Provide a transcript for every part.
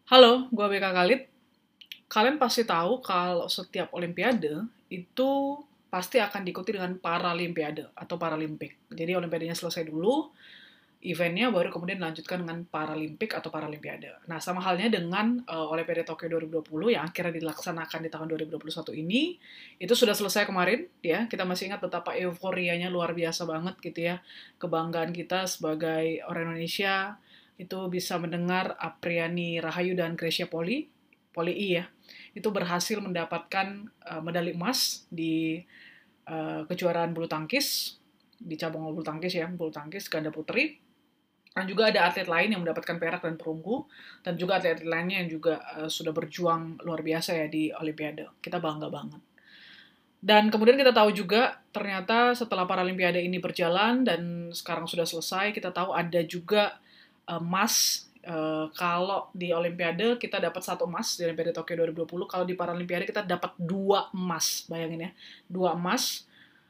Halo, gue BK Khalid. Kalian pasti tahu kalau setiap Olimpiade itu pasti akan diikuti dengan Paralimpiade atau Paralimpik. Jadi Olimpiadanya selesai dulu, eventnya baru kemudian dilanjutkan dengan Paralimpik atau Paralimpiade. Nah, sama halnya dengan Olimpiade Tokyo 2020 yang akhirnya dilaksanakan di tahun 2021 ini, itu sudah selesai kemarin, ya. Kita masih ingat betapa euforianya luar biasa banget gitu ya. Kebanggaan kita sebagai orang Indonesia itu bisa mendengar Apriani Rahayu dan Gracia Poli I ya, itu berhasil mendapatkan medali emas di kejuaraan bulu tangkis, di cabang bulu tangkis ya, bulu tangkis ganda putri. Dan juga ada atlet lain yang mendapatkan perak dan perunggu, dan juga atlet lainnya yang juga sudah berjuang luar biasa ya di Olimpiade. Kita bangga banget. Dan kemudian kita tahu juga ternyata setelah Paralimpiade ini berjalan dan sekarang sudah selesai, kita tahu ada juga emas. Kalau di Olimpiade kita dapat 1 emas di Olimpiade Tokyo 2020, kalau di Paralimpiade kita dapat 2 emas, bayangin ya, 2 emas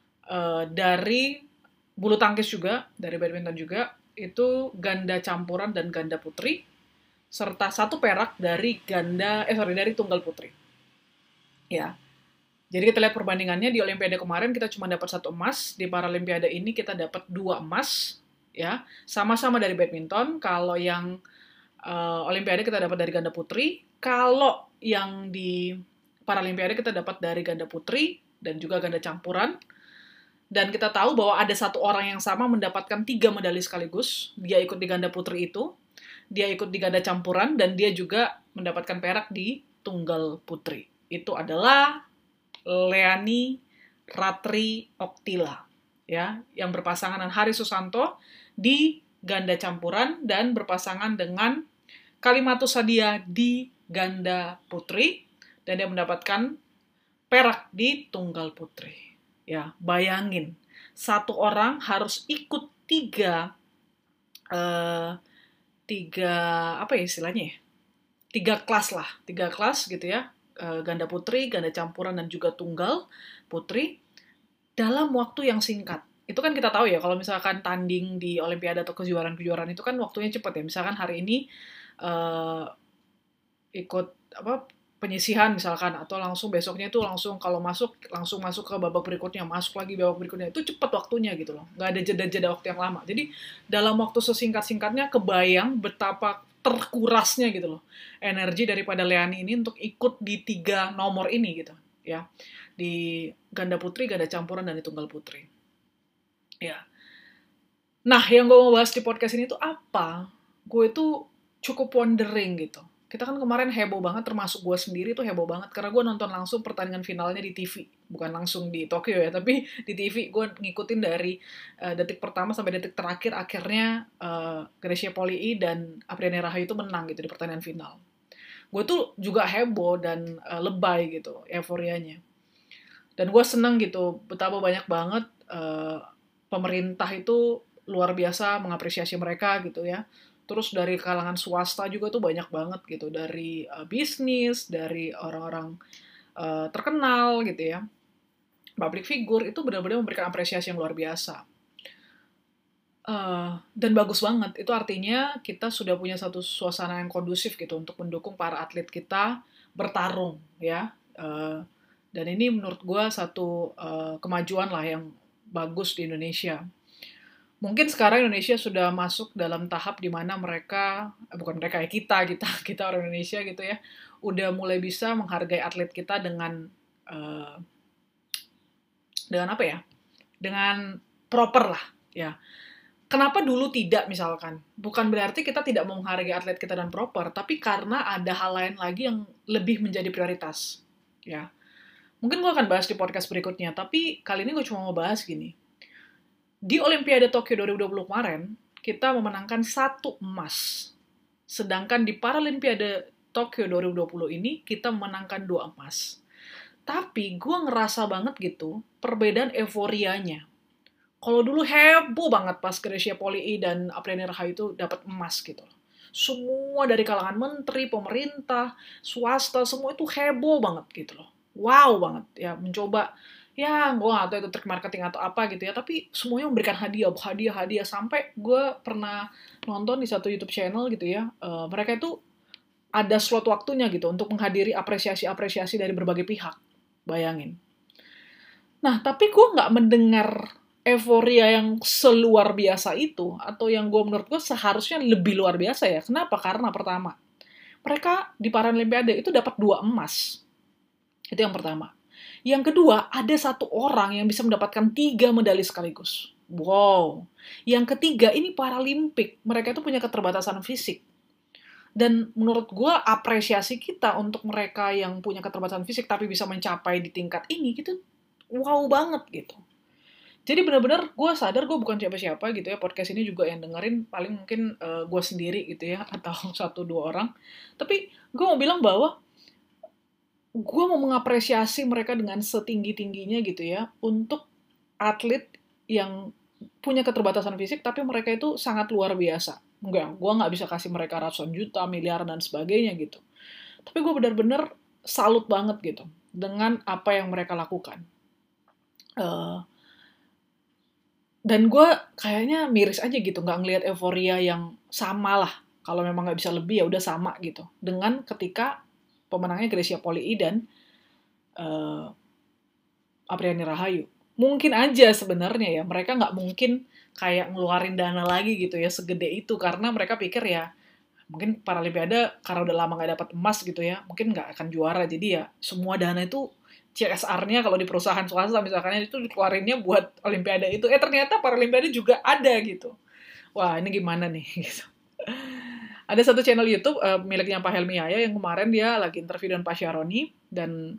dari bulu tangkis juga, dari badminton juga, itu ganda campuran dan ganda putri, serta 1 perak dari dari tunggal putri. Ya, jadi kita lihat perbandingannya di Olimpiade kemarin kita cuma dapat 1 emas, di Paralimpiade ini kita dapat 2 emas, ya, sama-sama dari badminton. Kalau yang Olimpiade kita dapat dari ganda putri, kalau yang di Paralimpiade kita dapat dari ganda putri dan juga ganda campuran. Dan kita tahu bahwa ada 1 orang yang sama mendapatkan 3 medali sekaligus. Dia ikut di ganda putri itu, dia ikut di ganda campuran, dan dia juga mendapatkan perak di tunggal putri. Itu adalah Leani Ratri Oktila, ya, yang berpasangan dengan Hari Susanto di ganda campuran dan berpasangan dengan Kalimatus Sadia di ganda putri, dan dia mendapatkan perak di tunggal putri. Ya, bayangin, 1 orang harus ikut eh, tiga apa ya istilahnya ya? 3 kelas lah, 3 kelas gitu ya. Ganda putri, ganda campuran, dan juga tunggal putri dalam waktu yang singkat. Itu kan kita tahu ya, kalau misalkan tanding di Olimpiade atau kejuaraan-kejuaraan itu kan waktunya cepat ya. Misalkan hari ini uh, ikut apa penyisihan misalkan, atau langsung besoknya itu langsung kalau langsung masuk ke babak berikutnya, masuk lagi babak berikutnya, itu cepat waktunya gitu loh, nggak ada jeda-jeda waktu yang lama. Jadi dalam waktu sesingkat-singkatnya kebayang betapa terkurasnya gitu loh energi daripada Leani ini untuk ikut di 3 nomor ini gitu ya, di ganda putri, ganda campuran, dan di tunggal putri ya. Nah, yang gue mau bahas di podcast ini tuh apa? Gue itu cukup wondering gitu. Kita kan kemarin heboh banget, termasuk gue sendiri tuh heboh banget, karena gue nonton langsung pertandingan finalnya di TV. Bukan langsung di Tokyo ya, tapi di TV. Gue ngikutin dari detik pertama sampai detik terakhir, akhirnya Gracia Poli dan Apriani Rahayu itu menang gitu di pertandingan final. Gue tuh juga heboh dan lebay gitu, euforianya. Dan gue seneng gitu, betapa banyak banget pemerintah itu luar biasa mengapresiasi mereka gitu ya. Terus dari kalangan swasta juga tuh banyak banget gitu, dari bisnis, dari orang-orang terkenal gitu ya, public figure, itu benar-benar memberikan apresiasi yang luar biasa. Dan bagus banget, itu artinya kita sudah punya satu suasana yang kondusif gitu untuk mendukung para atlet kita bertarung ya. Dan ini menurut gue satu kemajuan lah yang bagus di Indonesia. Mungkin sekarang Indonesia sudah masuk dalam tahap di mana mereka, bukan mereka ya, kita orang Indonesia gitu ya, udah mulai bisa menghargai atlet kita dengan apa ya, dengan proper lah ya. Kenapa dulu tidak misalkan? Bukan berarti kita tidak mau menghargai atlet kita dan proper, tapi karena ada hal lain lagi yang lebih menjadi prioritas ya. Mungkin gue akan bahas di podcast berikutnya, tapi kali ini gue cuma mau bahas gini. Di Olimpiade Tokyo 2020 kemarin, kita memenangkan 1 emas. Sedangkan di Paralimpiade Tokyo 2020 ini, kita memenangkan 2 emas. Tapi gue ngerasa banget gitu, perbedaan euforianya. Kalau dulu heboh banget pas Gracia Poli dan Apriani Rahayu itu dapat emas gitu. Semua dari kalangan menteri, pemerintah, swasta, semua itu heboh banget gitu loh. Wow banget ya, mencoba, ya gue gak tahu itu trik marketing atau apa gitu ya, tapi semuanya memberikan hadiah, sampai gue pernah nonton di satu YouTube channel gitu ya, mereka itu ada slot waktunya gitu untuk menghadiri apresiasi-apresiasi dari berbagai pihak. Bayangin. Nah, tapi gue nggak mendengar euforia yang seluar biasa itu, atau yang menurut gue seharusnya lebih luar biasa ya. Kenapa? Karena pertama, mereka di Paralimpiade itu dapat 2 emas. Itu yang pertama. Yang kedua, ada 1 orang yang bisa mendapatkan 3 medali sekaligus. Wow. Yang ketiga, ini Paralimpik. Mereka itu punya keterbatasan fisik. Dan menurut gue, apresiasi kita untuk mereka yang punya keterbatasan fisik tapi bisa mencapai di tingkat ini, gitu, wow banget gitu. Jadi benar-benar gue sadar gue bukan siapa-siapa gitu ya. Podcast ini juga yang dengerin paling mungkin gue sendiri gitu ya, atau 1-2 orang. Tapi gue mau bilang bahwa gue mau mengapresiasi mereka dengan setinggi-tingginya gitu ya, untuk atlet yang punya keterbatasan fisik, tapi mereka itu sangat luar biasa. Enggak, gue nggak bisa kasih mereka ratusan juta, miliar, dan sebagainya gitu. Tapi gue benar-benar salut banget gitu, dengan apa yang mereka lakukan. Dan gue kayaknya miris aja gitu, nggak ngelihat euforia yang sama lah. Kalau memang nggak bisa lebih, ya udah sama gitu. Dengan ketika pemenangnya Grecia Poli dan Apriani Rahayu. Mungkin aja sebenarnya ya, mereka nggak mungkin kayak ngeluarin dana lagi gitu ya, segede itu, karena mereka pikir ya, mungkin Paralimpiade karena udah lama nggak dapat emas gitu ya, mungkin nggak akan juara, jadi ya semua dana itu CSR-nya kalau di perusahaan swasta misalkan itu dikeluarinnya buat Olimpiade itu, ternyata Paralimpiade juga ada gitu. Wah, ini gimana nih gitu. Ada satu channel YouTube miliknya Pak Helmi Yahya yang kemarin dia lagi interview dengan Pak Syaroni, dan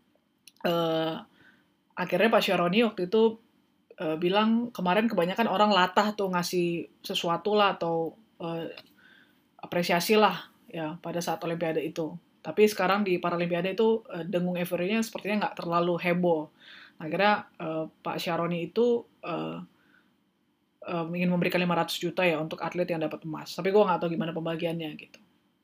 akhirnya Pak Syaroni waktu itu bilang kemarin kebanyakan orang latah tuh ngasih sesuatu lah atau apresiasi lah ya pada saat Olimpiade itu. Tapi sekarang di Paralimpiade itu dengung euforianya sepertinya nggak terlalu heboh. Akhirnya Pak Syaroni itu ingin memberikan 500 juta ya untuk atlet yang dapat emas. Tapi gue nggak tahu gimana pembagiannya gitu.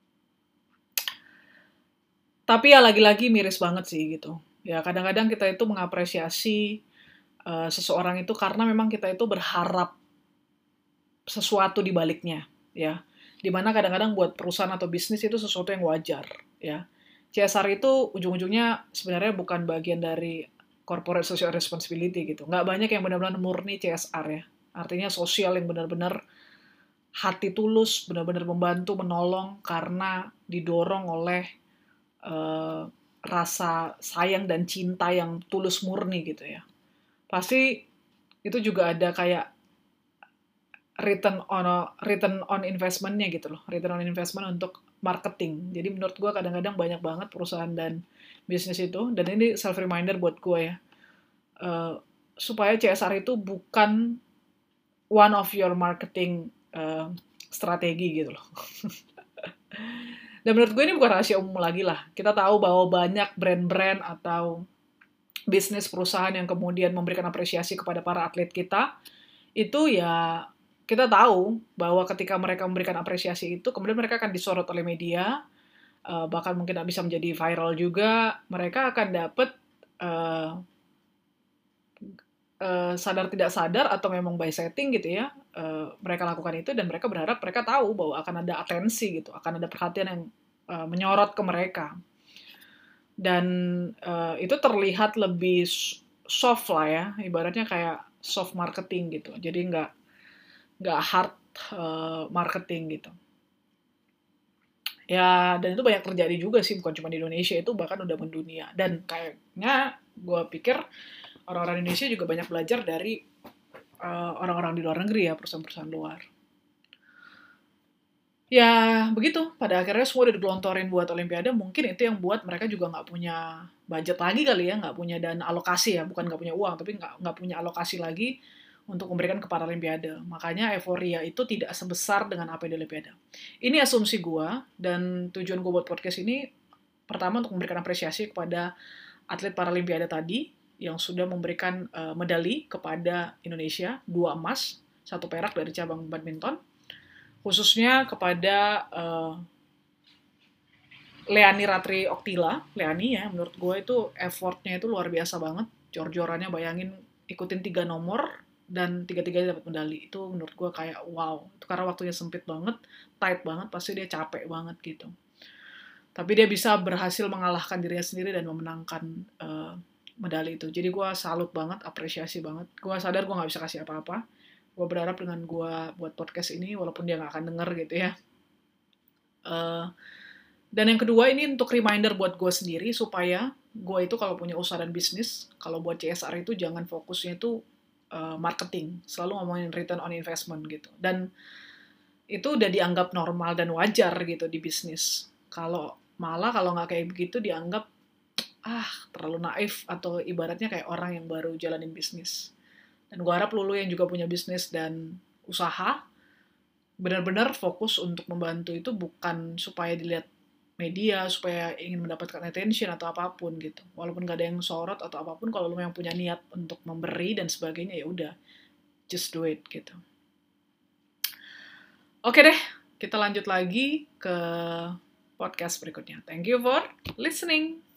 Tapi ya lagi-lagi miris banget sih gitu. Ya kadang-kadang kita itu mengapresiasi seseorang itu karena memang kita itu berharap sesuatu di baliknya, ya. Dimana kadang-kadang buat perusahaan atau bisnis itu sesuatu yang wajar, ya. CSR itu ujung-ujungnya sebenarnya bukan bagian dari corporate social responsibility gitu. Nggak banyak yang benar-benar murni CSR ya. Artinya sosial yang benar-benar hati tulus, benar-benar membantu, menolong karena didorong oleh rasa sayang dan cinta yang tulus murni gitu ya. Pasti itu juga ada kayak return on investment-nya gitu loh. Return on investment untuk marketing. Jadi menurut gue kadang-kadang banyak banget perusahaan dan bisnis itu, dan ini self reminder buat gue ya, supaya CSR itu bukan one of your marketing strategi gitu loh. Dan menurut gue ini bukan rahasia umum lagi lah. Kita tahu bahwa banyak brand-brand atau bisnis perusahaan yang kemudian memberikan apresiasi kepada para atlet kita, itu ya kita tahu bahwa ketika mereka memberikan apresiasi itu, kemudian mereka akan disorot oleh media, bahkan mungkin bisa menjadi viral juga. Mereka akan dapat sadar tidak sadar atau memang by setting gitu ya, mereka lakukan itu, dan mereka berharap, mereka tahu bahwa akan ada atensi gitu, akan ada perhatian yang menyorot ke mereka. Dan itu terlihat lebih soft lah ya, ibaratnya kayak soft marketing gitu. Jadi nggak hard marketing gitu. Ya, dan itu banyak terjadi juga sih, bukan cuma di Indonesia, itu bahkan udah mendunia. Dan kayaknya gue pikir orang-orang Indonesia juga banyak belajar dari orang-orang di luar negeri ya, perusahaan-perusahaan luar. Ya, begitu. Pada akhirnya semua udah digelontorin buat Olimpiade, mungkin itu yang buat mereka juga nggak punya budget lagi kali ya, nggak punya dana alokasi ya, bukan nggak punya uang, tapi nggak punya alokasi lagi untuk memberikan ke Paralimpiade. Makanya euforia itu tidak sebesar dengan apa di Olimpiade. Ini asumsi gue, dan tujuan gue buat podcast ini, pertama untuk memberikan apresiasi kepada atlet Paralimpiade tadi, yang sudah memberikan medali kepada Indonesia, 2 emas, 1 perak dari cabang badminton, khususnya kepada Leani Ratri Oktila. Leani ya, menurut gue itu effortnya itu luar biasa banget, jor-jorannya, bayangin ikutin 3 nomor, dan 3-3 dapat medali. Itu menurut gue kayak wow, itu karena waktunya sempit banget, tight banget, pasti dia capek banget gitu. Tapi dia bisa berhasil mengalahkan dirinya sendiri dan memenangkan medali itu. Jadi gue salut banget, apresiasi banget. Gue sadar gue nggak bisa kasih apa-apa. Gue berharap dengan gue buat podcast ini, walaupun dia nggak akan denger gitu ya. Dan yang kedua ini untuk reminder buat gue sendiri, supaya gue itu kalau punya usaha dan bisnis, kalau buat CSR itu jangan fokusnya itu marketing. Selalu ngomongin return on investment gitu. Dan itu udah dianggap normal dan wajar gitu di bisnis. Kalau nggak kayak begitu dianggap terlalu naif, atau ibaratnya kayak orang yang baru jalanin bisnis. Dan gue harap lu yang juga punya bisnis dan usaha benar-benar fokus untuk membantu itu, bukan supaya dilihat media, supaya ingin mendapatkan attention atau apapun gitu. Walaupun gak ada yang sorot atau apapun, kalau lu yang punya niat untuk memberi dan sebagainya, ya udah, just do it gitu. Oke deh, kita lanjut lagi ke podcast berikutnya. Thank you for listening.